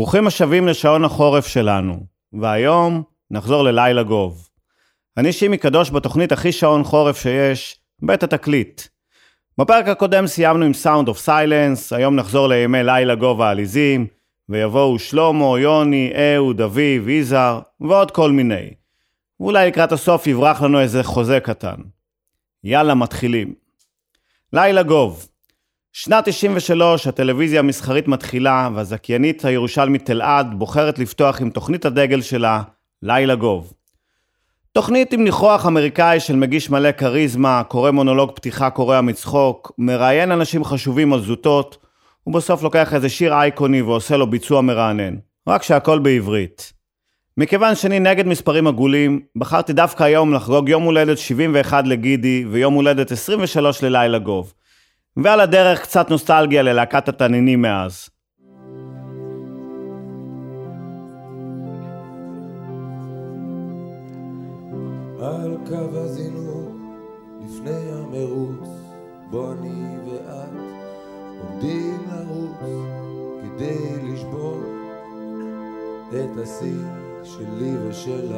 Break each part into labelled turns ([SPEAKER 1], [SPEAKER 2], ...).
[SPEAKER 1] ברוכים השבים לשעון החורף שלנו, והיום נחזור ללילה גוב. אני שימי קדוש בתוכנית הכי שעון חורף שיש, בית התקליט. בפרק הקודם סיימנו עם Sound of Silence, היום נחזור לימי לילה גוב העליזים, ויבואו שלמה, יוני, אהוד, אביב, יזהר, ועוד כל מיני. ואולי לקראת הסוף יברח לנו איזה חוזה קטן. יאללה, מתחילים. לילה גוב. שנת 93 הטלוויזיה המסחרית מתחילה, והזכיינית הירושלמית תלעד בוחרת לפתוח עם תוכנית הדגל שלה, לילה גוב. תוכנית עם ניחוח אמריקאי של מגיש מלא קריזמה, קורא מונולוג פתיחה קורע מצחוק, מראיין אנשים חשובים על זוטות, ובסוף לוקח איזה שיר אייקוני ועושה לו ביצוע מרענן. רק שהכל בעברית. מכיוון שאני נגד מספרים עגולים, בחרתי דווקא היום לחגוג יום הולדת 71 לגידי ויום הולדת 23 ללילה גוב. ועל הדרך קצת נוסטלגיה ללהקת התנינים מאז.
[SPEAKER 2] על קו הזינוק לפני המרוץ, בו אני ואת עומדים לרוץ כדי לשבור את השיא שלי ושלה.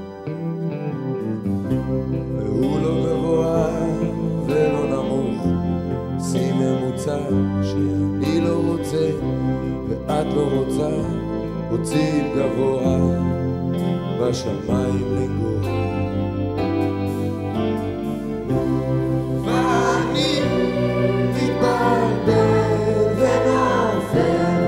[SPEAKER 2] והוא לא גבוה ולא נמוך, שיא ממוצע שאני לא רוצה ואת לא רוצה, רוצים גבוה בשמיים לגור. ואני מתבלבל ונופל,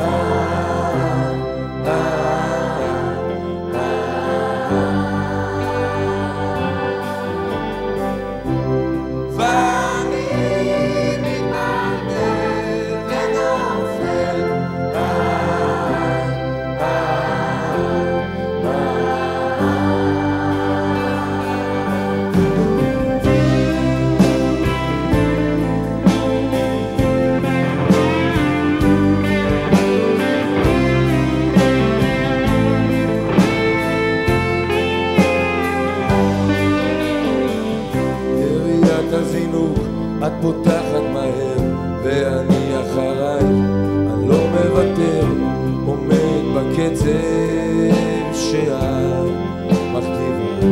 [SPEAKER 2] את פותחת מהר ואני אחריי, אני לא מוותר, עומד בקצב שאת מכתיבה,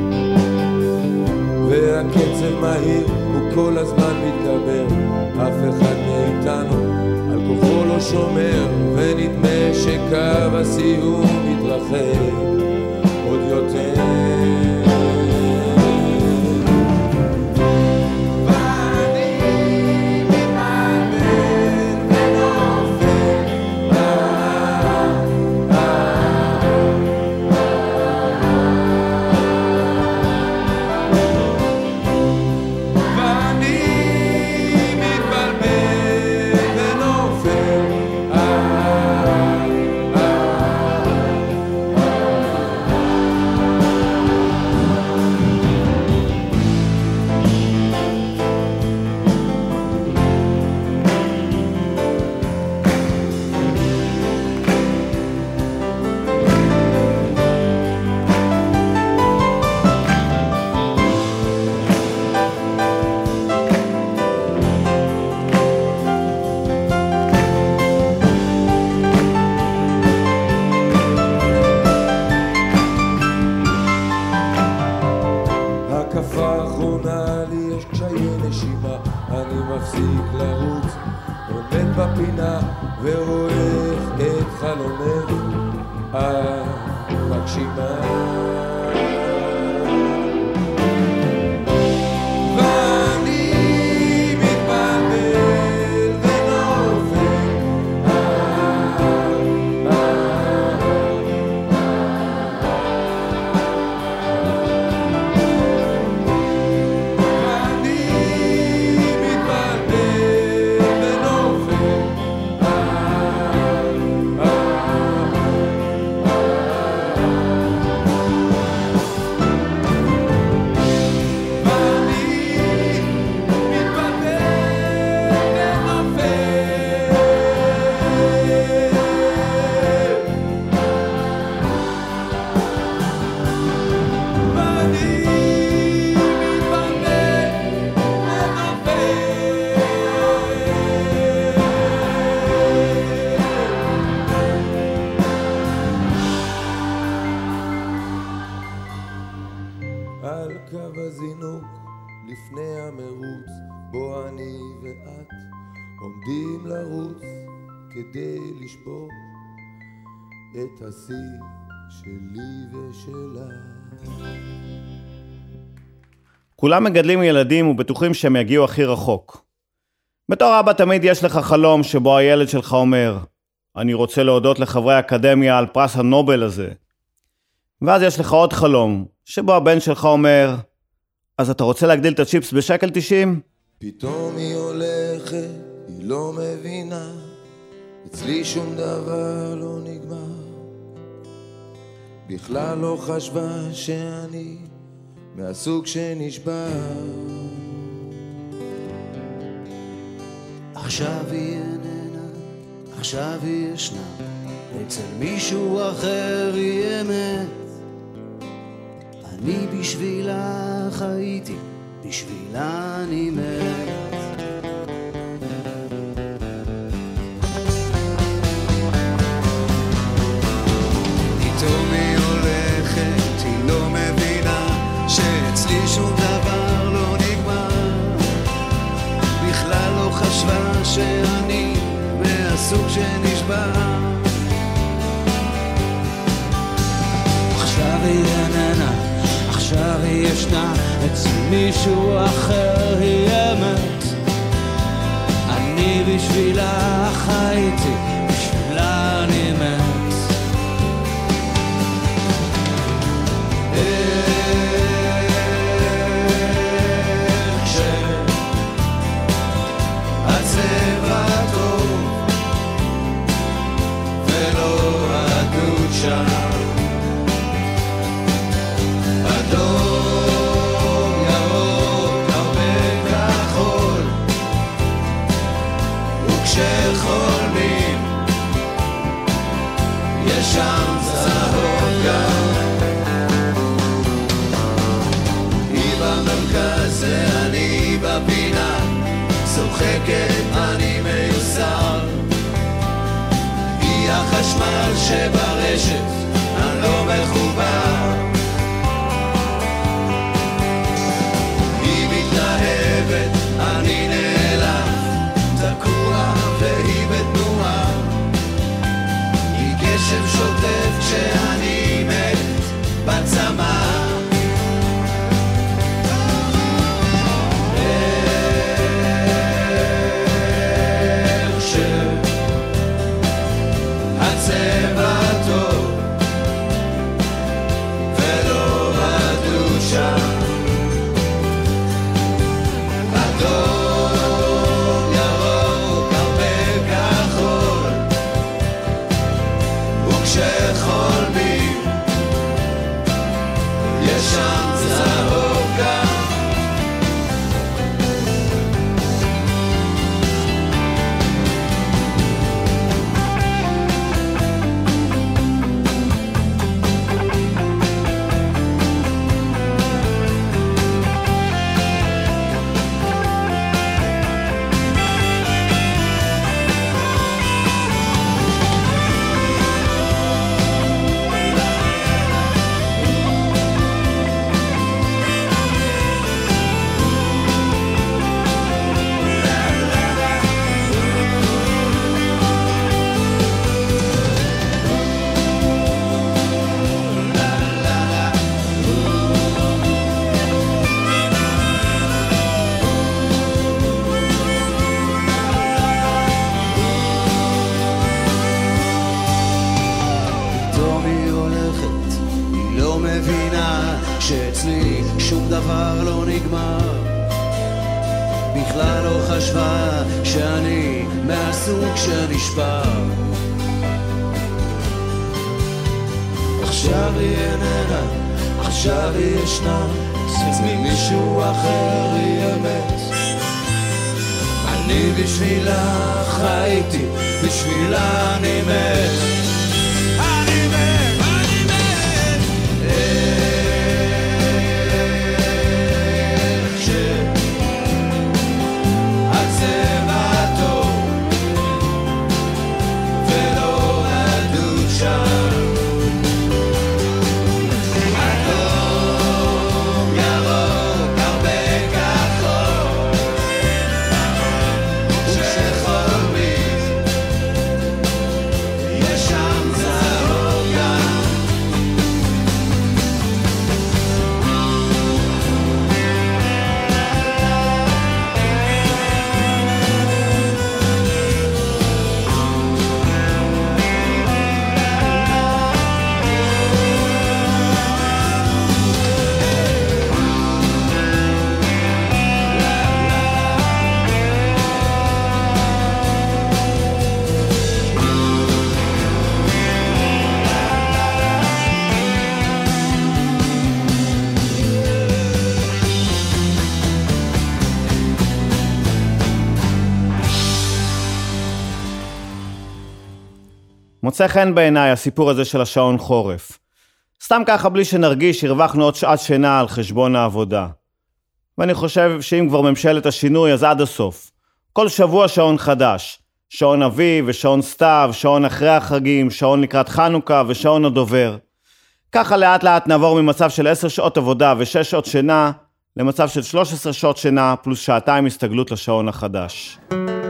[SPEAKER 2] והקצב מהיר הוא כל הזמן מתגבר, אף אחד מאיתנו על כוחו לא שומר, ונדמה שקו הסיום מתרחק עוד יותר. על קו הזינוק לפני המרוץ בו אני ואת עומדים לרוץ כדי לשבור את השיא שלי ושלה.
[SPEAKER 1] כולם מגדלים ילדים ובטוחים שהם יגיעו הכי רחוק. בתור אבא תמיד יש לך חלום שבו הילד שלך אומר, אני רוצה להודות לחברי האקדמיה על פרס הנובל הזה. ואז יש לך עוד חלום, שבו הבן שלך אומר, אז אתה רוצה להגדיל את הצ'יפס בשקל 90?
[SPEAKER 2] פתאום היא הולכת, היא לא מבינה, אצלי שום דבר לא נגמר. בכלל לא חשבה שאני מהסוג שנשבר.
[SPEAKER 3] עכשיו היא איננה, עכשיו היא ישנה, אצל מישהו אחר היא אמת. אני בשבילה חייתי, בשבילה אני מת. פתאום היא הולכת, היא לא מבינה שאצלי שום דבר לא נגמר. בכלל לא חשבה שאני מהסוג שנשבר. עכשיו היא איננה, עכשיו היא ישנה, אצל מישהו אחר היא אמת. אני בשבילה חייתי, בשבילה אני מת. הצבע טוב ולא הדוד שם, אדום ירוק הרבה כחול, וכשחולמים יש שם צהוב גם. היא במרכז ואני בפינה, צוחקת אני מיוסר. היא החשמל שברשת, אני לא מחובר. היא מתלהבת, אני נעלם, תקוע והיא בתנועה. היא קשב שוטף כשאני מת בצמא. שאצלי שום דבר לא נגמר. בכלל לא חשבה שאני מהסוג שנשבר. עכשיו היא איננה, עכשיו היא ישנה, אצל מישהו אחר היא אמת. אני בשבילה חייתי, בשבילה אני מת.
[SPEAKER 1] מוצא חן בעיניי הסיפור הזה של השעון חורף. סתם ככה בלי שנרגיש הרווחנו עוד שעת שינה על חשבון העבודה. ואני חושב שאם כבר ממשלת השינוי אז עד הסוף. כל שבוע שעון חדש. שעון אביב ושעון סתיו, שעון אחרי החגים, שעון לקראת חנוכה ושעון הדובר. ככה לאט לאט נעבור ממצב של 10 שעות עבודה ו6 שעות שינה למצב של 13 שעות שינה פלוס שעתיים הסתגלות לשעון החדש.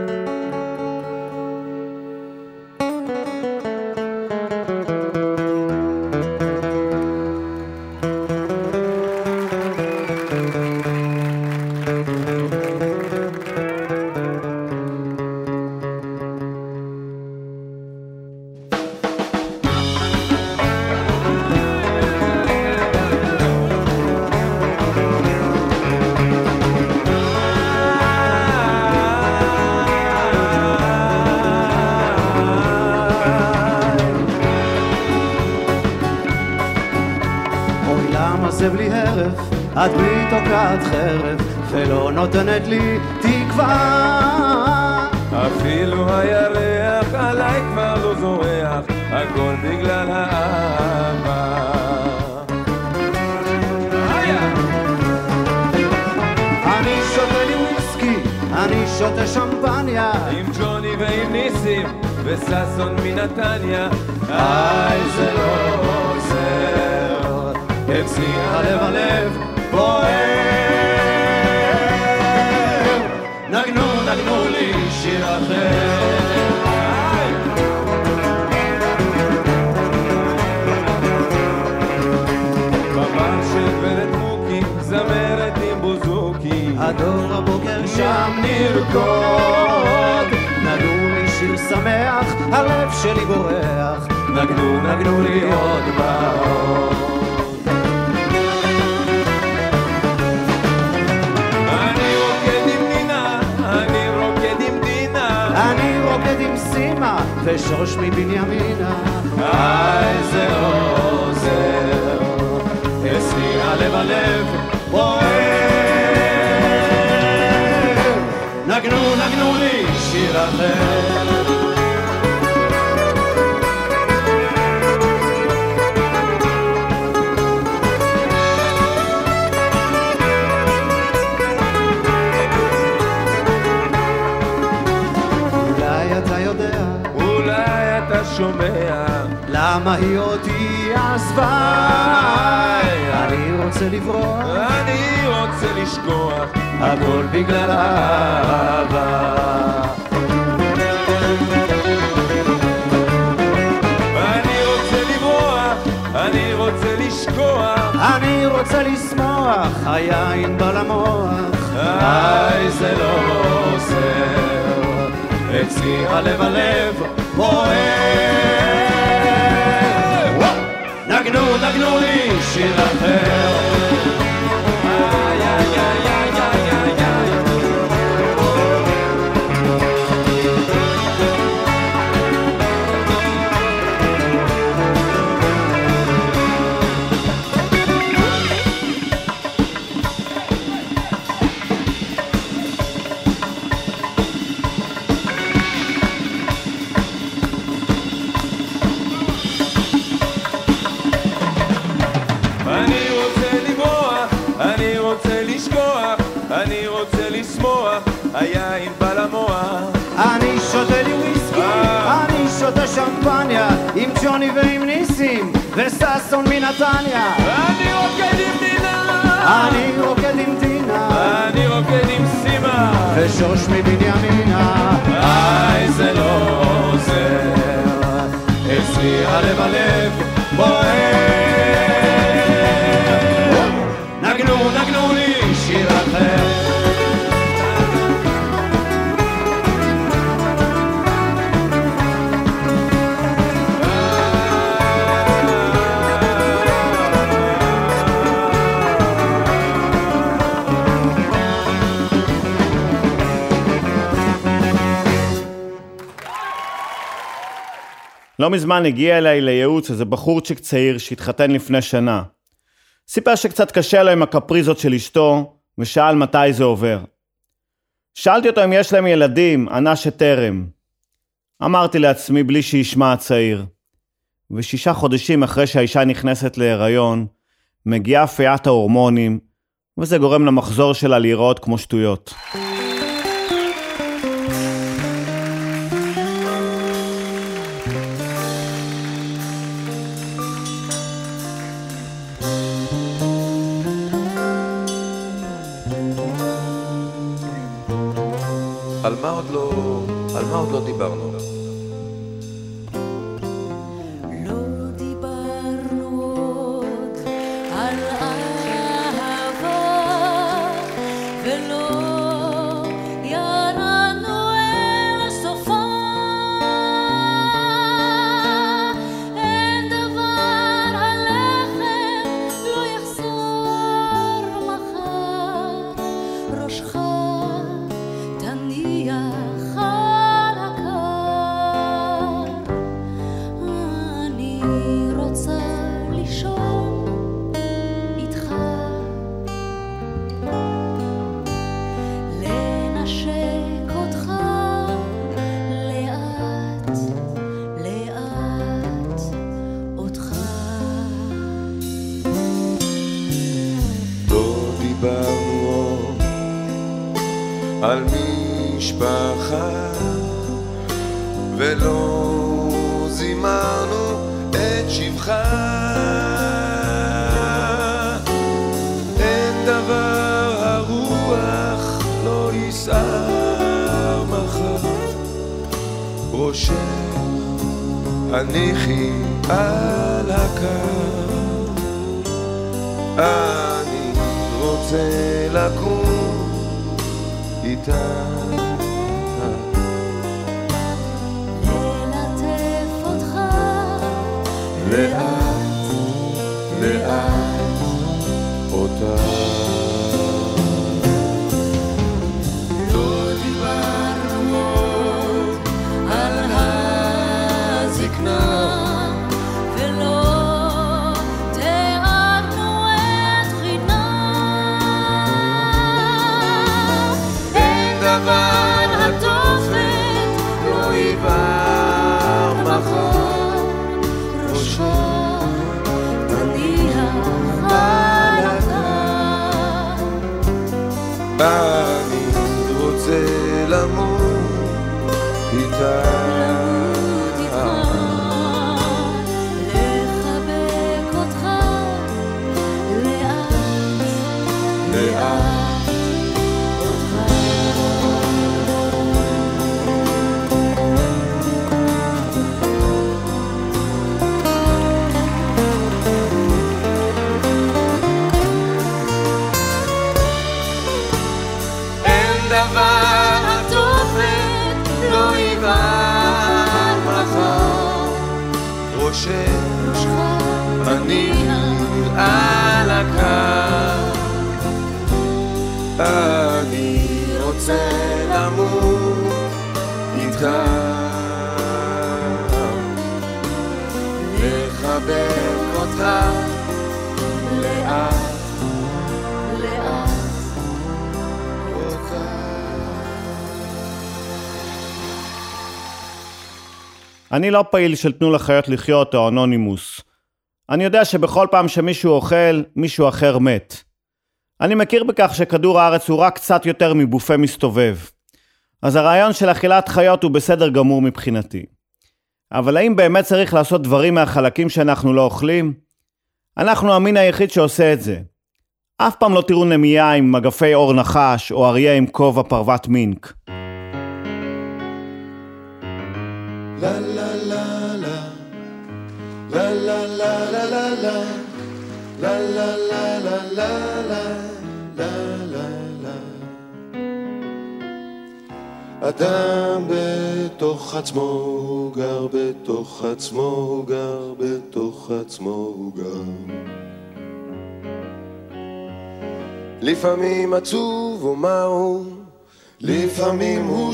[SPEAKER 3] זה בלי הרף, את בי תוקעת חרב ולא נותנת לי תקווה.
[SPEAKER 2] אפילו הירח עליי כבר לא זורח, הכל בגלל האהבה.
[SPEAKER 3] אני שותה לי וויסקי, אני שותה שמפניה,
[SPEAKER 2] עם ג'וני ועם ניסים וססון מנתניה.
[SPEAKER 3] זה לא עוזר, אצלי הלב בוער. נגנו לי שיר אחר.
[SPEAKER 2] בבר של גברת מוקי, זמרת עם בוזוקי,
[SPEAKER 3] הדור הבוקר שם נרקוד. נגנו לי שיר שמח, הלב שלי בורח. נגנו לי עוד דמעות. ושוש מבנימינה,
[SPEAKER 2] זה עוזר, אצלי הלב בוער.
[SPEAKER 3] נגנו לי שיר אחר.
[SPEAKER 2] שומע
[SPEAKER 3] למה היא אותי עזבה. אני רוצה לברוח,
[SPEAKER 2] אני רוצה לשכוח,
[SPEAKER 3] הכל בגלל האהבה.
[SPEAKER 2] אני רוצה לברוח, אני רוצה לשכוח,
[SPEAKER 3] אני רוצה לשמוח, היין בא למוח.
[SPEAKER 2] זה לא עוזר, אצלי הלב בוער.
[SPEAKER 3] נגנו לי שיר אחר.
[SPEAKER 2] היין בא למוח.
[SPEAKER 3] אני שותה לי וויסקי, אני שותה שמפניה, עם ג'וני ועם ניסים וססון מנתניה.
[SPEAKER 2] אני רוקד עם דינה,
[SPEAKER 3] אני רוקד עם דינה,
[SPEAKER 2] אני רוקד עם סימה
[SPEAKER 3] ושוש מבנימינה.
[SPEAKER 2] זה לא עוזר, אצלי הלב בוער.
[SPEAKER 3] נגנו לי שיר אחר.
[SPEAKER 1] לא מזמן הגיע אליי לייעוץ איזה בחורצ'יק צעיר שהתחתן לפני שנה. סיפר שקצת קשה לו עם הקפריזות של אשתו, ושאל מתי זה עובר. שאלתי אותו אם יש להם ילדים, ענה שטרם. אמרתי לעצמי בלי שישמע הצעיר. ו6 חודשים אחרי שהאישה נכנסת להיריון, מגיעה פיית ההורמונים, וזה גורם למחזור שלה להיראות כמו שטויות.
[SPEAKER 2] על מה עוד לא דיברנו? על משפחה ולא זימרנו את שבחה. אין דבר הרוח לא יסער מחר, ראשך הניחי על הקר. אני רוצה לקום איתה,
[SPEAKER 4] ללטף אותך
[SPEAKER 2] לאט לאט אותה. לא דיברנו על הזקנה
[SPEAKER 4] ולא תיארנו את חינה.
[SPEAKER 2] אין דבר התופת לא יבער מחר, ראשה
[SPEAKER 4] תניח על הקר.
[SPEAKER 2] אני רוצה למות איתה,
[SPEAKER 4] לחבק אותך לאט
[SPEAKER 2] לאט
[SPEAKER 4] אותך.
[SPEAKER 2] אין דבר התופת לא יבער מחר, ראשך אני על הקר. אני רוצה למות איתך, לחבק אותך לאט
[SPEAKER 4] לאט
[SPEAKER 2] אותך.
[SPEAKER 1] אני לא פעיל של תנו לחיות לחיות או אנונימוס. אני יודע שבכל פעם שמישהו אוכל, מישהו אחר מת. אני מכיר בכך שכדור הארץ הוא רק קצת יותר מבופה מסתובב. אז הרעיון של אכילת חיות הוא בסדר גמור מבחינתי. אבל האם באמת צריך לעשות דברים מהחלקים שאנחנו לא אוכלים? אנחנו המין היחיד שעושה את זה. אף פעם לא תראו נמייה עם מגפי אור נחש או אריה עם כובע פרוות מינק.
[SPEAKER 2] La la la la la la la la la la la la la la la la la la. אדם בתוך עצמו גר, בתוך עצמו גר, בתוך עצמו גר. לפעמים עצוב ומאו, לפעמים הוא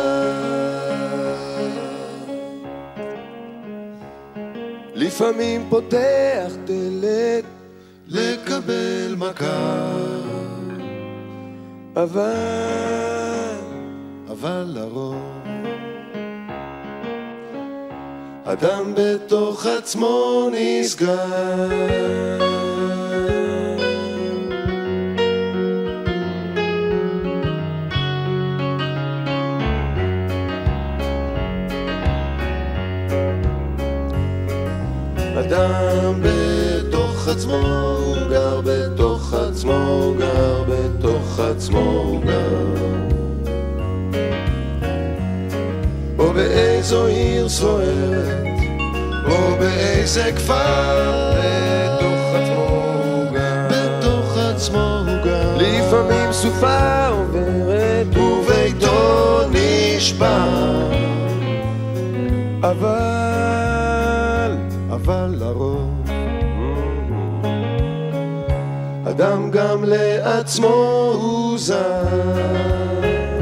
[SPEAKER 2] לפעמים פותח דלת לקבל מכה, אבל לרוב אדם בתוך עצמו נסגר. אדם בתוך עצמו גר, בתוך עצמו גר, בתוך עצמו גר. או באיזו עיר סוערת, או באיזה כפר, בתוך עצמו גר, בתוך עצמו גר. לפעמים סופה עוברת וביתו נשבר, אבל לרוב אדם גם לעצמו הוא זר.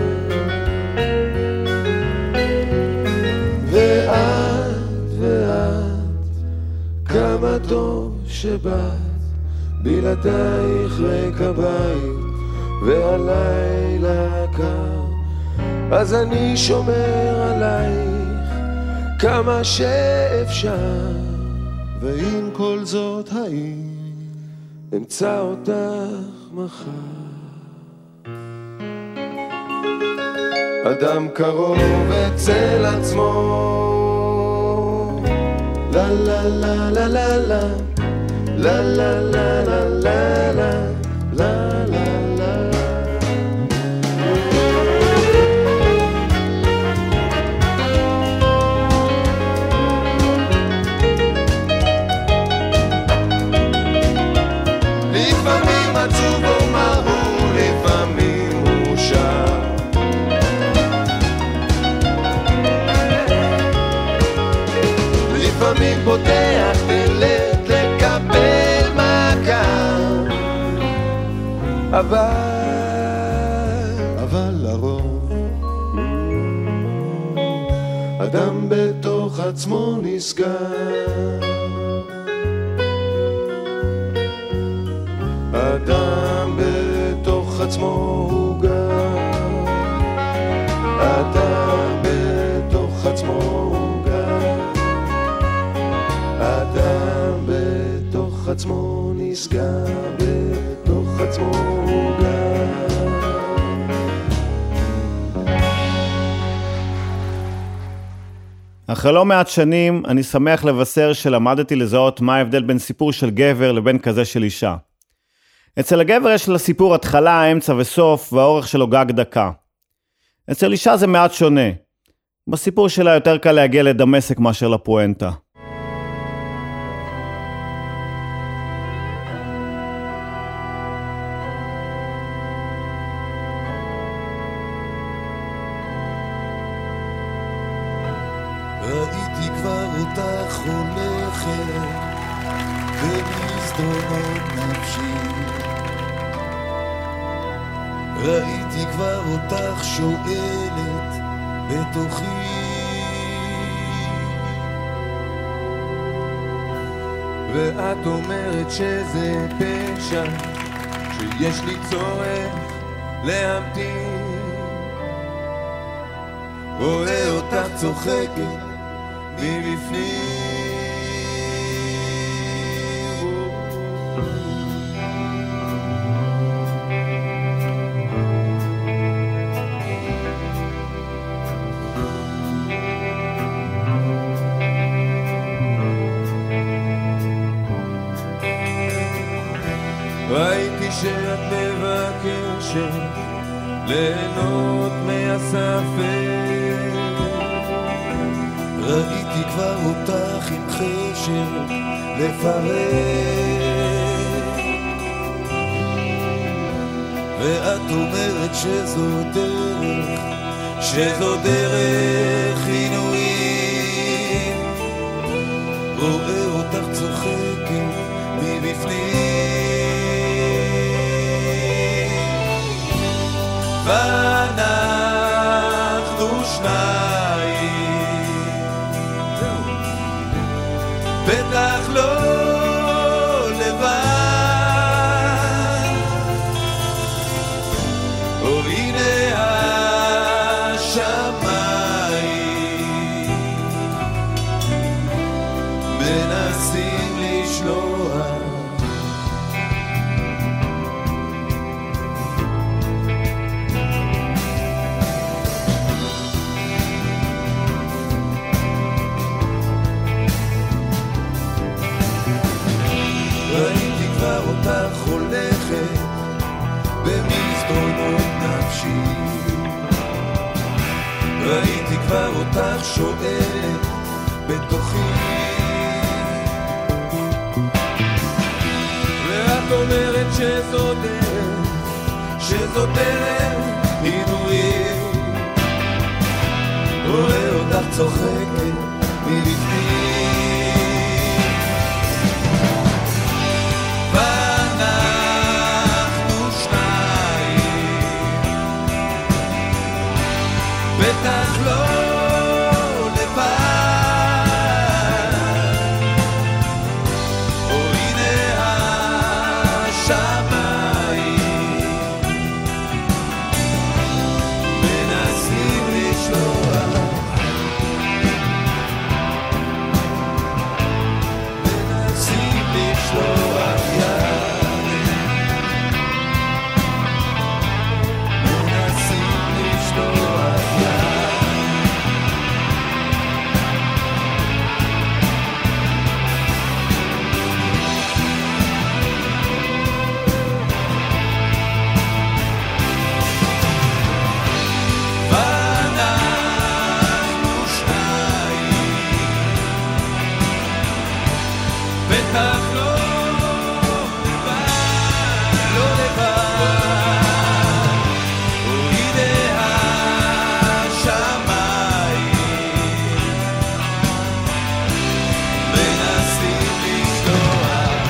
[SPEAKER 2] ואת כמה טוב שבאת, בלעדייך ריק הבית והלילה קר, אז אני שומר עלייך כמה שאפשר. ועם כל זאת האם אמצא אותך מחר. אדם קרוב אצל עצמו, לה לה לה לה לה לה לה לה לה לה לה לה לה. לפעמים עצוב ומהור, לפעמים הוא שר. לפעמים פותח דלת לקבל מכה, אבל לרוב אדם בתוך עצמו נסגר. אדם בתוך עצמו הוא גר, אדם בתוך עצמו הוא גר, אדם בתוך עצמו נסגר, בתוך עצמו הוא גר.
[SPEAKER 1] אחרי לא מעט שנים אני שמח לבשר שלמדתי לזהות מה ההבדל בין סיפור של גבר לבין כזה של אישה. אצל הגבר יש לסיפור התחלה, אמצע וסוף, והאורך שלו גג דקה. אצל אישה זה מעט שונה. בסיפור שלה יותר קל להגיע לדמשק מאשר לפואנטה.
[SPEAKER 2] ראיתי כבר אותך הולכת במסדרונות נפשי, ראיתי כבר אותך שואלת בתוכי, ואת אומרת שזה פשע, שיש לי צורך להמתין. רואה אותך צוחקת מבפנים, ראיתי שאת מבקשת ליהנות מהספק, ראיתי כבר אותך עם חשב לפרק, ואת אומרת שזו דרך עינויים. רואה אותך צוחקת מבפנים, ואנחנו שניים, בטח לא לבד. או הנה השמיים, ראיתי כבר אותך שואלת בתוכי, ואת אומרת שזו דרך עינויים, רואה אותך צוחקת מבפנים, ואנחנו שניים, בטח לא לבד, או הנה השמיים מנסים לשלוח, מנסים לשלוח יד, מנסים לשלוח יד. ואנחנו שניים, בטח לא לבד, לא לבד, או הנה השמיים מנסים לשלוח,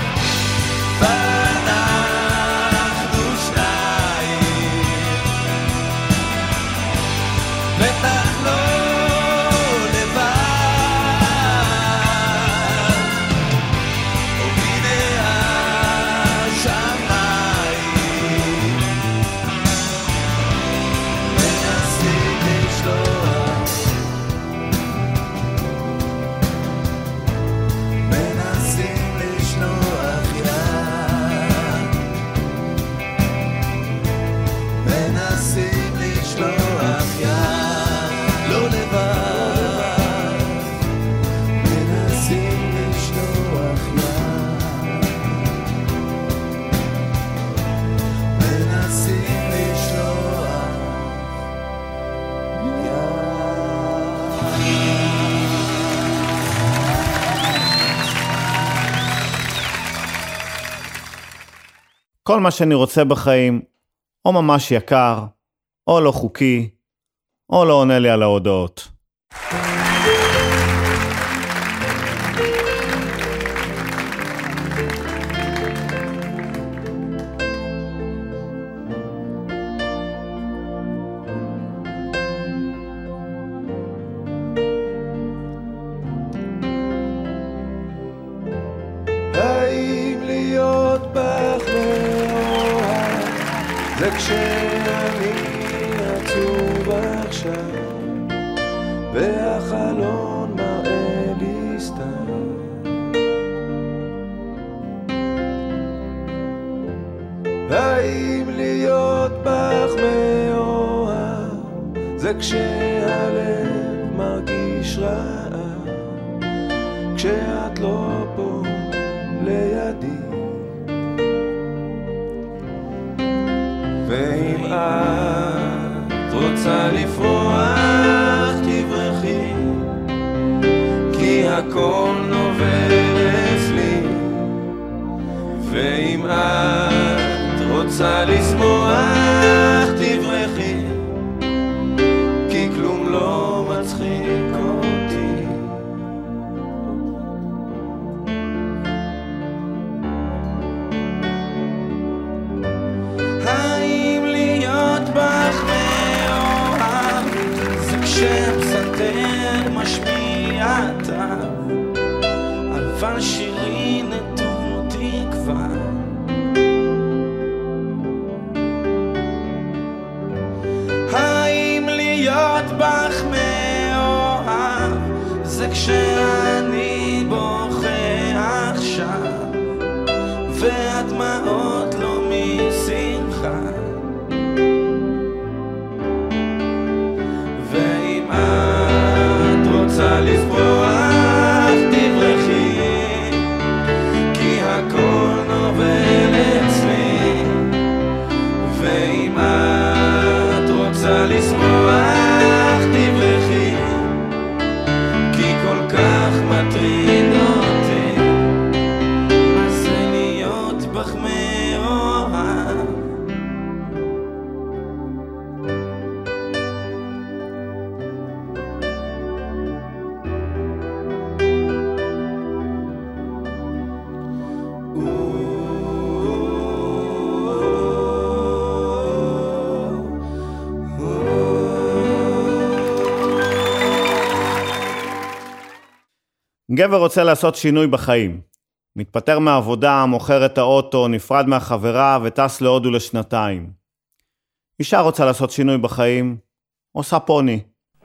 [SPEAKER 2] ואנחנו שניים, בטח לא לבד, או הנה השמיים מנסים לשלוח, מנסים לשלוח יד, מנסים לשלוח יד, לא לבד, מנסים לשלוח יד, מנסים לשלוח
[SPEAKER 1] כל מה שאני רוצה בחיים, או ממש יקר, או לא חוקי, או לא עונה לי על ההודעות.
[SPEAKER 2] האם להיות בך מאוהב זה כשאני עצוב עכשיו והחלון מראה לי סתם, האם להיות בך מאוהב זה כשהלב מרגיש רעב כשאת לא פה לידי, ואם את רוצה לפרוח תברחי כי הכל נובל אצלי, ואם את רוצה לשמוח תברחי כי כלום לא מצחיק אותי, האם להיות בך מאוהב זה כשהפסנתר משמיע טוב אבל שירי נטול תקווה, האם להיות בך מאוהב זה כשאני בוכה עכשיו והדמעות לא משמחה, ואם את רוצה לפרוח תברחי כי הכל נובל אצלי, ואם את רוצה לשמוח תברחי
[SPEAKER 1] גבר רוצה לעשות שינוי בחיים. מתפטר מהעבודה, מוכר את האוטו, נפרד מהחברה וטס להודו לשנתיים. אישה רוצה לעשות שינוי בחיים, עושה פוני.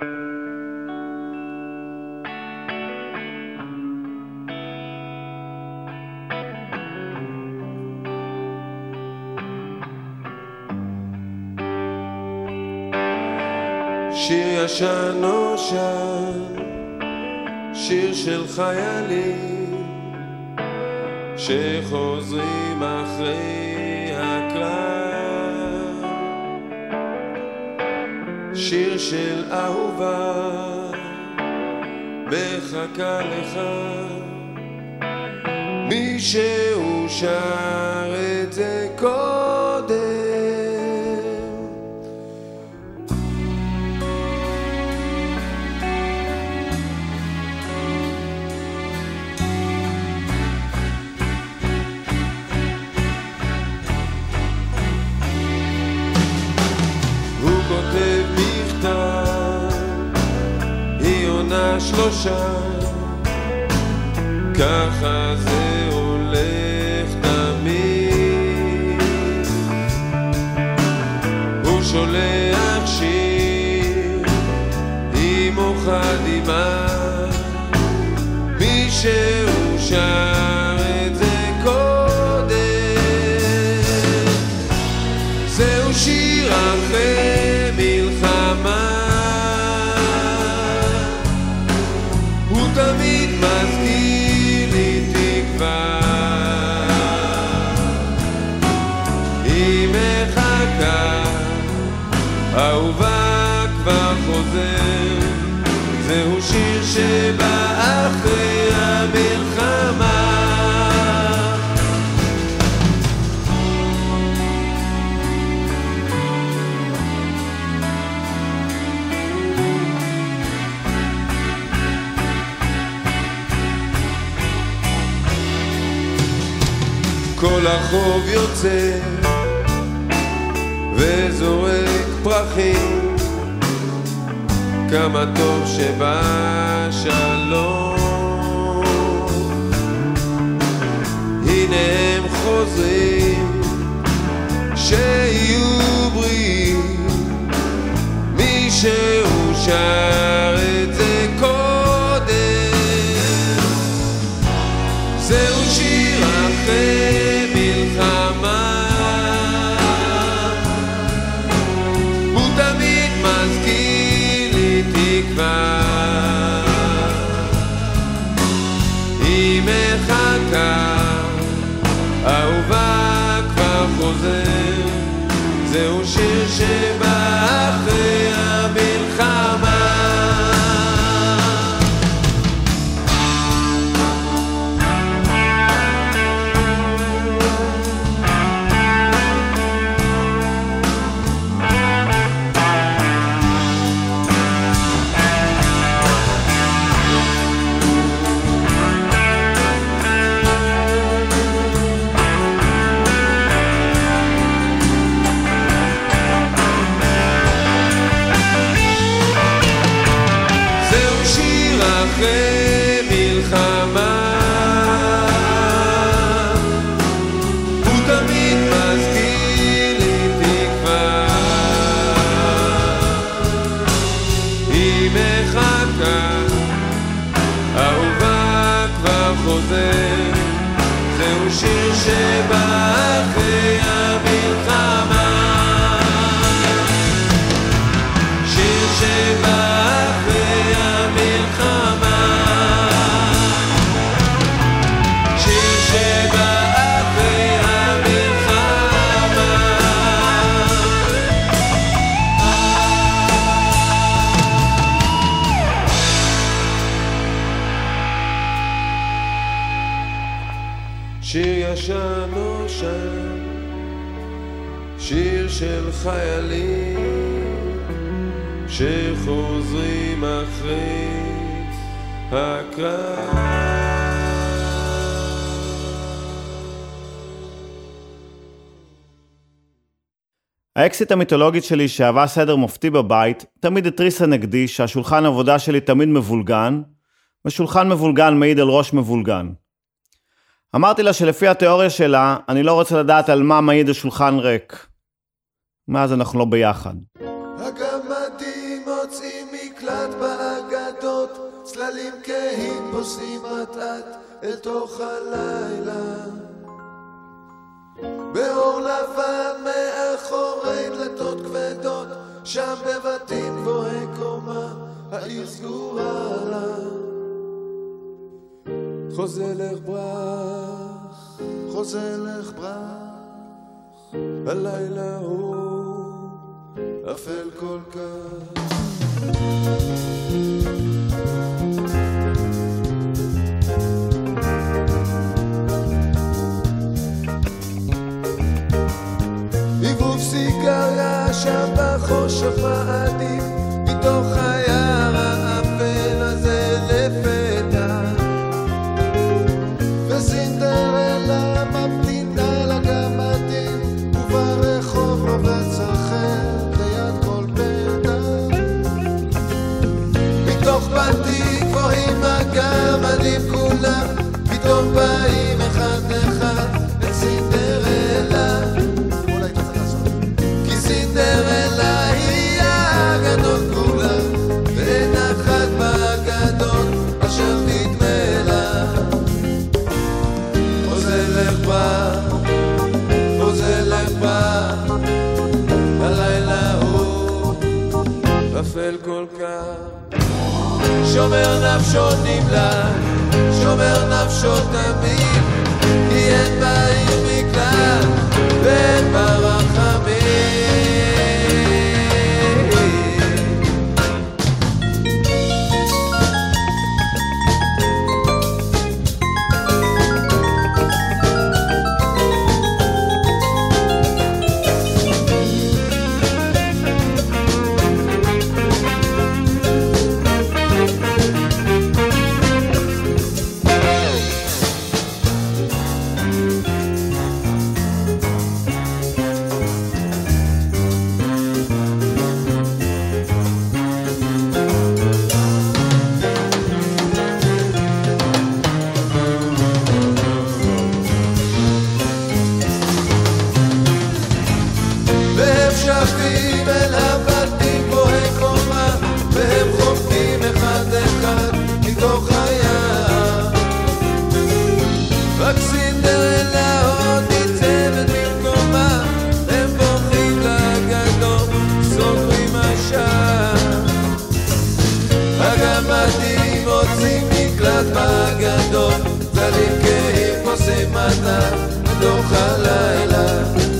[SPEAKER 2] שיר ישן נושן, שיר של חיילים שחוזרים אחרי הקרב, שיר של אהובה מחכה לך, מישהו שר את זה קודם. היא עונה 3, ככה זה הולך תמיד. הוא שולח שיר, היא מוחה דמעה, מישהו שר את זה קודם. זהו שיר אחר תמיד מזכיר לי תקווה, היא מחכה, אהובה כבר חוזר, זהו שיר שבא אחרי המלחמה. כל החוב יוצא וזורק פרחים, כמה טוב שבא שלום. הנה הם חוזרים, שיהיו בריאים, מישהו שר את זה קודם. זהו שיר אחר היא מחכה, אהובה כבר חוזר, זהו שיר שבא אחרי המלחמה. זהו שיר שבא אחרי המלחמה, שיר שבא אחרי המלחמה, שיר שבא אחרי המלחמה. שיר ישן נושן, שיר של חיילים שחוזרים אחרי הקרב.
[SPEAKER 1] האקסיט המיתולוגית שלי שאהבה סדר מופתי בבית תמיד התריסה נגדי שהשולחן עבודה שלי תמיד מבולגן, ושולחן מבולגן מעיד על ראש מבולגן. אמרתי לה שלפי התיאוריה שלה, אני לא רוצה לדעת על מה מעיד השולחן ריק. מאז אנחנו לא ביחד.
[SPEAKER 2] הגמדים מוצאים מקלט באגדות, צללים כהים פוסעים אט-אט אל תוך הלילה. באור לבן מאחורי דלתות כבדות, שם בבתים גבוהי קומה, העיר סגורה לה. חוזה לך ברח, חוזה לך ברח, הלילה הוא אפל כל כך. היבוב סיגריה שם בחושך האדיב, מתוך היער האפל הזה לפתע, וסינדרלה ממתינה לגמדים, וברחוב רובץ אחר ליד כל פתע. מתוך בתים גבוהים הגמדים כולם, פתאום באים אחד אחד את סינדרלה. סינדרלה היא האגדות כולם, ואין אחת באגדות אשר נדמה לה. חוזה לך בה, חוזה לך בה, הלילה הוא אפל כל כך. שומר נפשו נמלה, שומר נפשו תמיד, כי אין בעיר מקלט ואין ברחמים. בתוך הלילה,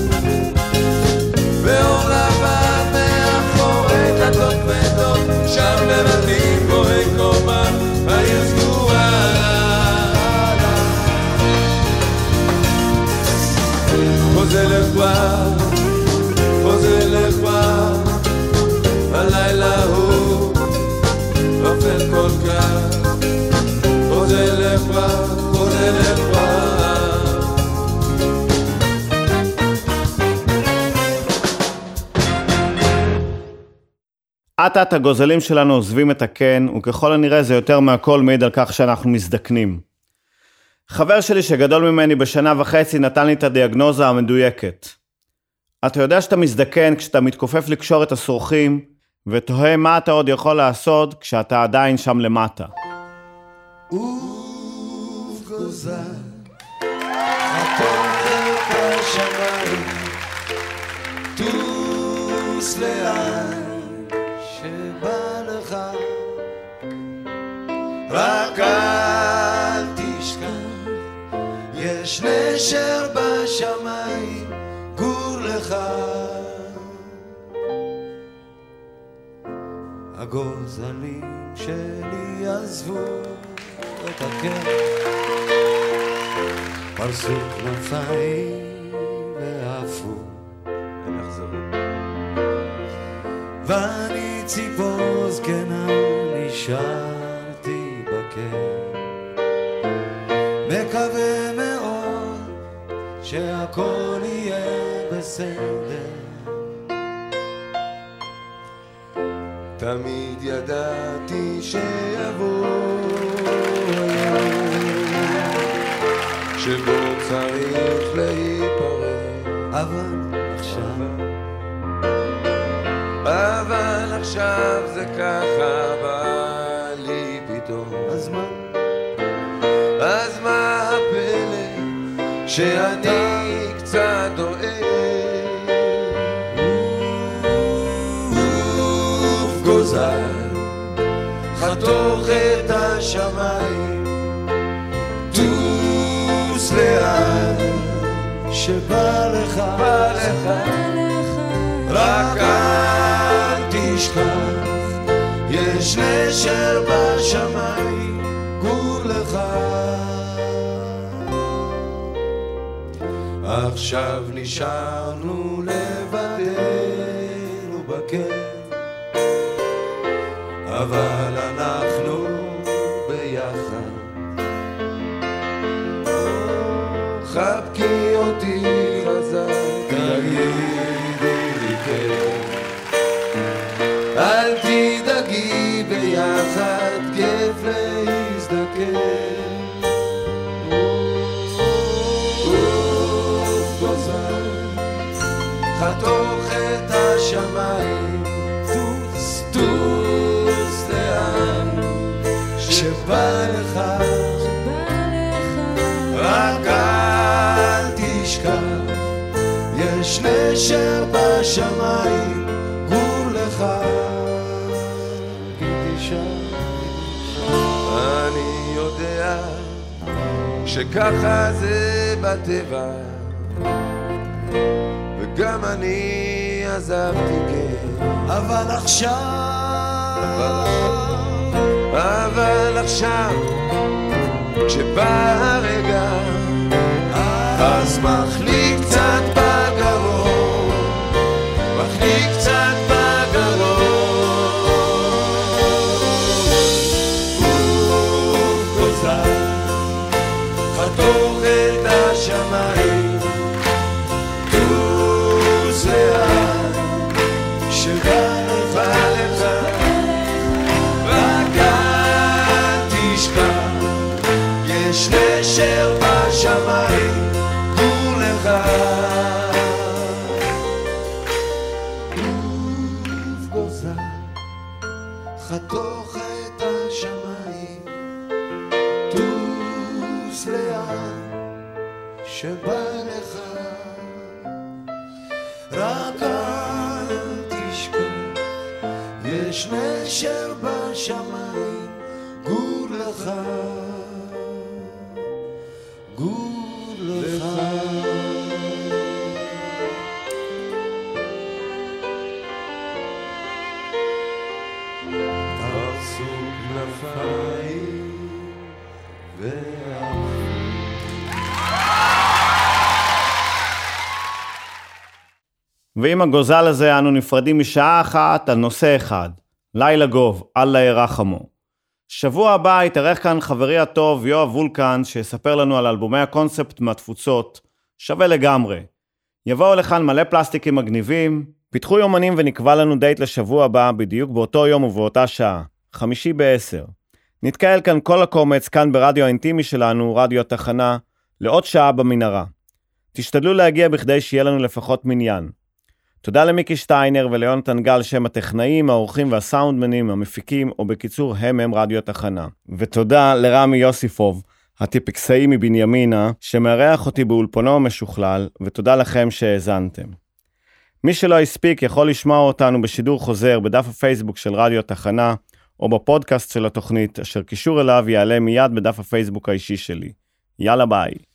[SPEAKER 2] באור לבן מאחורי דלתות כבדות, שם בבתים גבוהי קומה, העיר סגורה לה. חוזה לך כבר, חוזה לך כבר, הלילה הוא אפל כל כך. חוזה לך כבר, חוזה לך כבר.
[SPEAKER 1] אט-אט הגוזלים שלנו עוזבים את הקן, וככל הנראה זה יותר מהכל מעיד על כך שאנחנו מזדקנים. חבר שלי שגדול ממני בשנה וחצי נתן לי את הדיאגנוזה המדויקת. אתה יודע שאתה מזדקן כשאתה מתכופף לקשור את הסורכים, ותוהה מה אתה עוד יכול לעשות כשאתה עדיין שם למטה.
[SPEAKER 2] אוף גוזל, חתוך את השמיים, טוס לאן שבא לך, רק אל תשכח, יש נשר בשמיים, גור לך. הגוזלים שלי עזבו את הקן, פרסו כנפיים ועפו ונחזרו, ואני ציפור זקנה נשארתי בקן, מקווה מאוד שהכל יהיה בסדר. תמיד ידעתי שיבוא שבו צריך להיפרד. אבל עכשיו זה ככה בא לי פתאום. אז מה הפלא שאני קצת דואג? עוף גוזל, חתוך את השמיים, טוס לאן שבא לך, רק אל תשכח, יש נשר בשמיים, גור לך. עכשיו נשארנו לבדנו בקר, אבל אנחנו ביחד. חבקי אותי חזק, תגידי לי כן, אל תדאגי, ביחד כיף להזדקן. עוף גוזל, חתוך את השמיים, טוס לאן שבא לך, רק אל תשכח, יש נשר בשמיים, גור לך. אני יודע שככה זה בטבע, וגם אני עזבתי כן, אבל עכשיו כשבא הרגע, אז מחליק קצת בגרון, מחליק קצת בגרון. עוף גוזל, חתוך את השמיים, טוס לאן שבא לך, רק אל תשכח, יש נשר בשמיים, גור לך. עוף גוזל, חתוך את השמיים, טוס לאן שבא לך, רק אל תשכח, יש נשר בשמיים, גור לך, גור לך. פרסו כנפיים ועפו.
[SPEAKER 1] ועם הגוזל הזה אנו נפרדים משעה אחת על נושא אחד, לילה גוב, אללה ירחמו. שבוע הבא יתארח כאן חברי הטוב יואב וולקן, שיספר לנו על אלבומי הקונספט מהתפוצות, שווה לגמרי. יבואו לכאן מלא פלסטיקים מגניבים, פיתחו יומנים ונקבע לנו דייט לשבוע הבא, בדיוק באותו יום ובאותה שעה, 5:50. נתקהל כאן כל הקומץ, כאן ברדיו האינטימי שלנו, רדיו התחנה, לעוד שעה במנהרה. תשתדלו להגיע בכדי שיהיה לנו לפחות מניין. תודה למיקי שטיינר וליונתן גל שם הטכנאים, האורחים והסאונדמנים, המפיקים, או בקיצור הם רדיו התחנה. ותודה לרמי יוסיפוב, הטיפקסאי מבנימינה, שמארח אותי באולפנו המשוכלל, ותודה לכם שהאזנתם. מי שלא הספיק יכול לשמוע אותנו בשידור חוזר בדף הפייסבוק של רדיו התחנה, או בפודקאסט של התוכנית, אשר קישור אליו יעלה מיד בדף הפייסבוק האישי שלי. יאללה ביי.